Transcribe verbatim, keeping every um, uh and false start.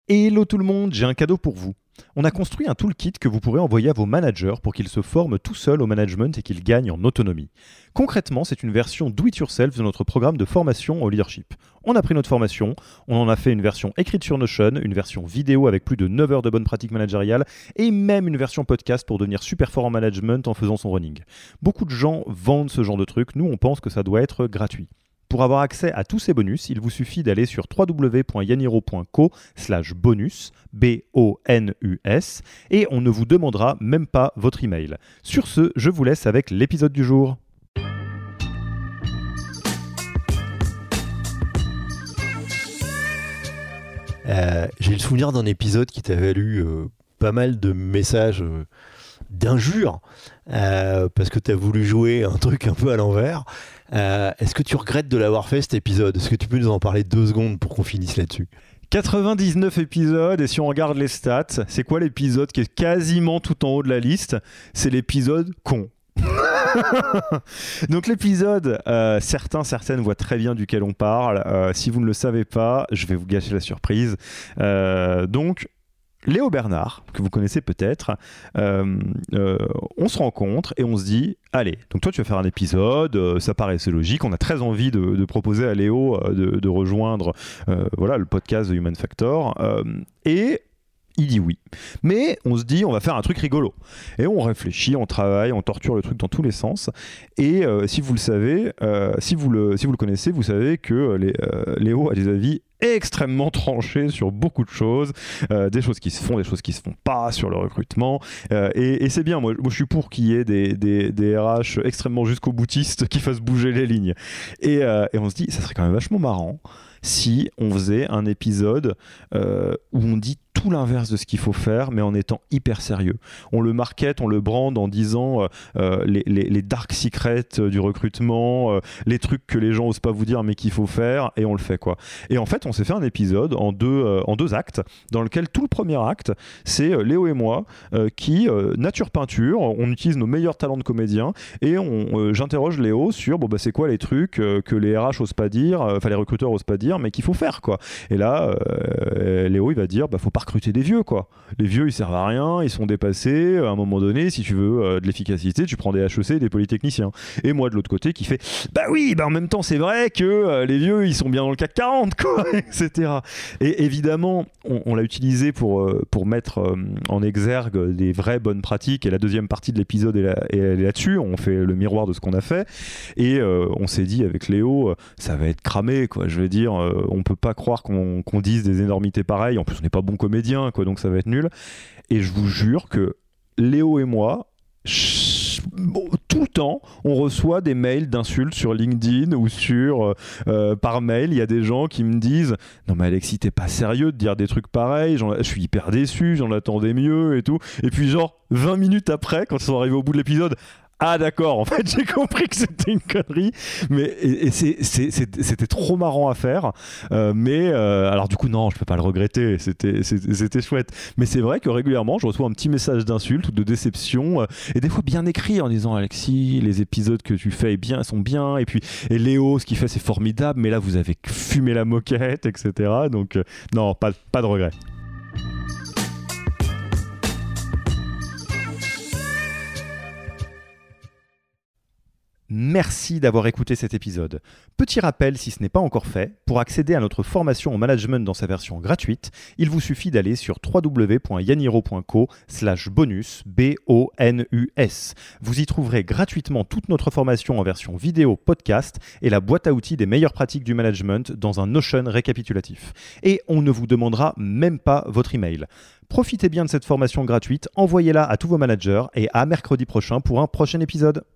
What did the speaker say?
Hello tout le monde, j'ai un cadeau pour vous. On a construit un toolkit que vous pourrez envoyer à vos managers pour qu'ils se forment tout seuls au management et qu'ils gagnent en autonomie. Concrètement, c'est une version do-it-yourself de notre programme de formation au leadership. On a pris notre formation, on en a fait une version écrite sur Notion, une version vidéo avec plus de neuf heures de bonnes pratiques managériales et même une version podcast pour devenir super fort en management en faisant son running. Beaucoup de gens vendent ce genre de truc, nous on pense que ça doit être gratuit. Pour avoir accès à tous ces bonus, il vous suffit d'aller sur w w w point yaniro point co slash bonus, B O N U S, et on ne vous demandera même pas votre email. Sur ce, je vous laisse avec l'épisode du jour. Euh, j'ai le souvenir d'un épisode qui t'a valu euh, pas mal de messages euh, d'injures euh, parce que t'as voulu jouer un truc un peu à l'envers. Euh, est-ce que tu regrettes de l'avoir fait cet épisode ? Est-ce que tu peux nous en parler deux secondes pour qu'on finisse là-dessus ? quatre-vingt-dix-neuf épisodes, et si on regarde les stats, c'est quoi l'épisode qui est quasiment tout en haut de la liste ? C'est l'épisode con. Donc l'épisode, euh, certains, certaines voient très bien duquel on parle. Euh, si vous ne le savez pas, je vais vous gâcher la surprise. Euh, donc, Léo Bernard, que vous connaissez peut-être, euh, euh, on se rencontre et on se dit, allez, donc toi tu vas faire un épisode, euh, ça paraissait logique, on a très envie de, de proposer à Léo euh, de, de rejoindre euh, voilà, le podcast de Human Factor, euh, et il dit oui. Mais on se dit, on va faire un truc rigolo. Et on réfléchit, on travaille, on torture le truc dans tous les sens. Et euh, si vous le savez, euh, si, vous le, si vous le connaissez, vous savez que les, euh, Léo a des avis extrêmement tranchés sur beaucoup de choses, euh, des choses qui se font, des choses qui se font pas sur le recrutement. Euh, et, et c'est bien, moi, moi je suis pour qu'il y ait des, des, des R H extrêmement jusqu'au boutiste qui fassent bouger les lignes. Et, euh, et on se dit, ça serait quand même vachement marrant si on faisait un épisode euh, où on dit tout l'inverse de ce qu'il faut faire, mais en étant hyper sérieux. On le market, on le brande en disant euh, les, les, les dark secrets du recrutement, euh, les trucs que les gens osent pas vous dire mais qu'il faut faire, et on le fait quoi. Et en fait, on s'est fait un épisode en deux, euh, en deux actes, dans lequel tout le premier acte, c'est euh, Léo et moi euh, qui, euh, nature peinture, on utilise nos meilleurs talents de comédiens, et on, euh, j'interroge Léo sur bon, bah, c'est quoi les trucs euh, que les R H osent pas dire, enfin euh, les recruteurs osent pas dire, mais qu'il faut faire quoi. Et là, euh, Léo il va dire bah faut pas recruter des vieux quoi. Les vieux ils servent à rien, ils sont dépassés. À un moment donné, si tu veux euh, de l'efficacité, tu prends des H E C et des polytechniciens. Et moi de l'autre côté qui fait bah oui, bah en même temps c'est vrai que euh, les vieux ils sont bien dans le C A C quarante quoi, et cetera. Et évidemment, on, on l'a utilisé pour, euh, pour mettre euh, en exergue des vraies bonnes pratiques. Et la deuxième partie de l'épisode est, là, est, elle est là-dessus. On fait le miroir de ce qu'on a fait. Et euh, on s'est dit avec Léo, euh, ça va être cramé quoi. Je veux dire, euh, on peut pas croire qu'on, qu'on dise des énormités pareilles. En plus, on n'est pas bon comédien, quoi, donc ça va être nul. Et je vous jure que Léo et moi, ch- bon, tout le temps, on reçoit des mails d'insultes sur LinkedIn ou sur euh, par mail. Il y a des gens qui me disent non mais Alexis, t'es pas sérieux de dire des trucs pareils. J'en, je suis hyper déçu, j'en attendais mieux et tout. Et puis genre vingt minutes après, quand ils sont arrivés au bout de l'épisode, ah d'accord, en fait j'ai compris que c'était une connerie, mais et, et c'est, c'est, c'est, c'était trop marrant à faire, euh, mais euh, alors du coup non, je peux pas le regretter, c'était, c'était, c'était chouette, mais c'est vrai que régulièrement je reçois un petit message d'insulte ou de déception, euh, et des fois bien écrit en disant Alexis, les épisodes que tu fais bien, sont bien, et puis et Léo, ce qu'il fait c'est formidable, mais là vous avez fumé la moquette, et cetera. Donc euh, non, pas, pas de regret. Merci d'avoir écouté cet épisode. Petit rappel, si ce n'est pas encore fait, pour accéder à notre formation au management dans sa version gratuite, il vous suffit d'aller sur w w w point yaniro point co slash bonus, B O N U S. Vous y trouverez gratuitement toute notre formation en version vidéo, podcast et la boîte à outils des meilleures pratiques du management dans un Notion récapitulatif. Et on ne vous demandera même pas votre email. Profitez bien de cette formation gratuite, envoyez-la à tous vos managers et à mercredi prochain pour un prochain épisode.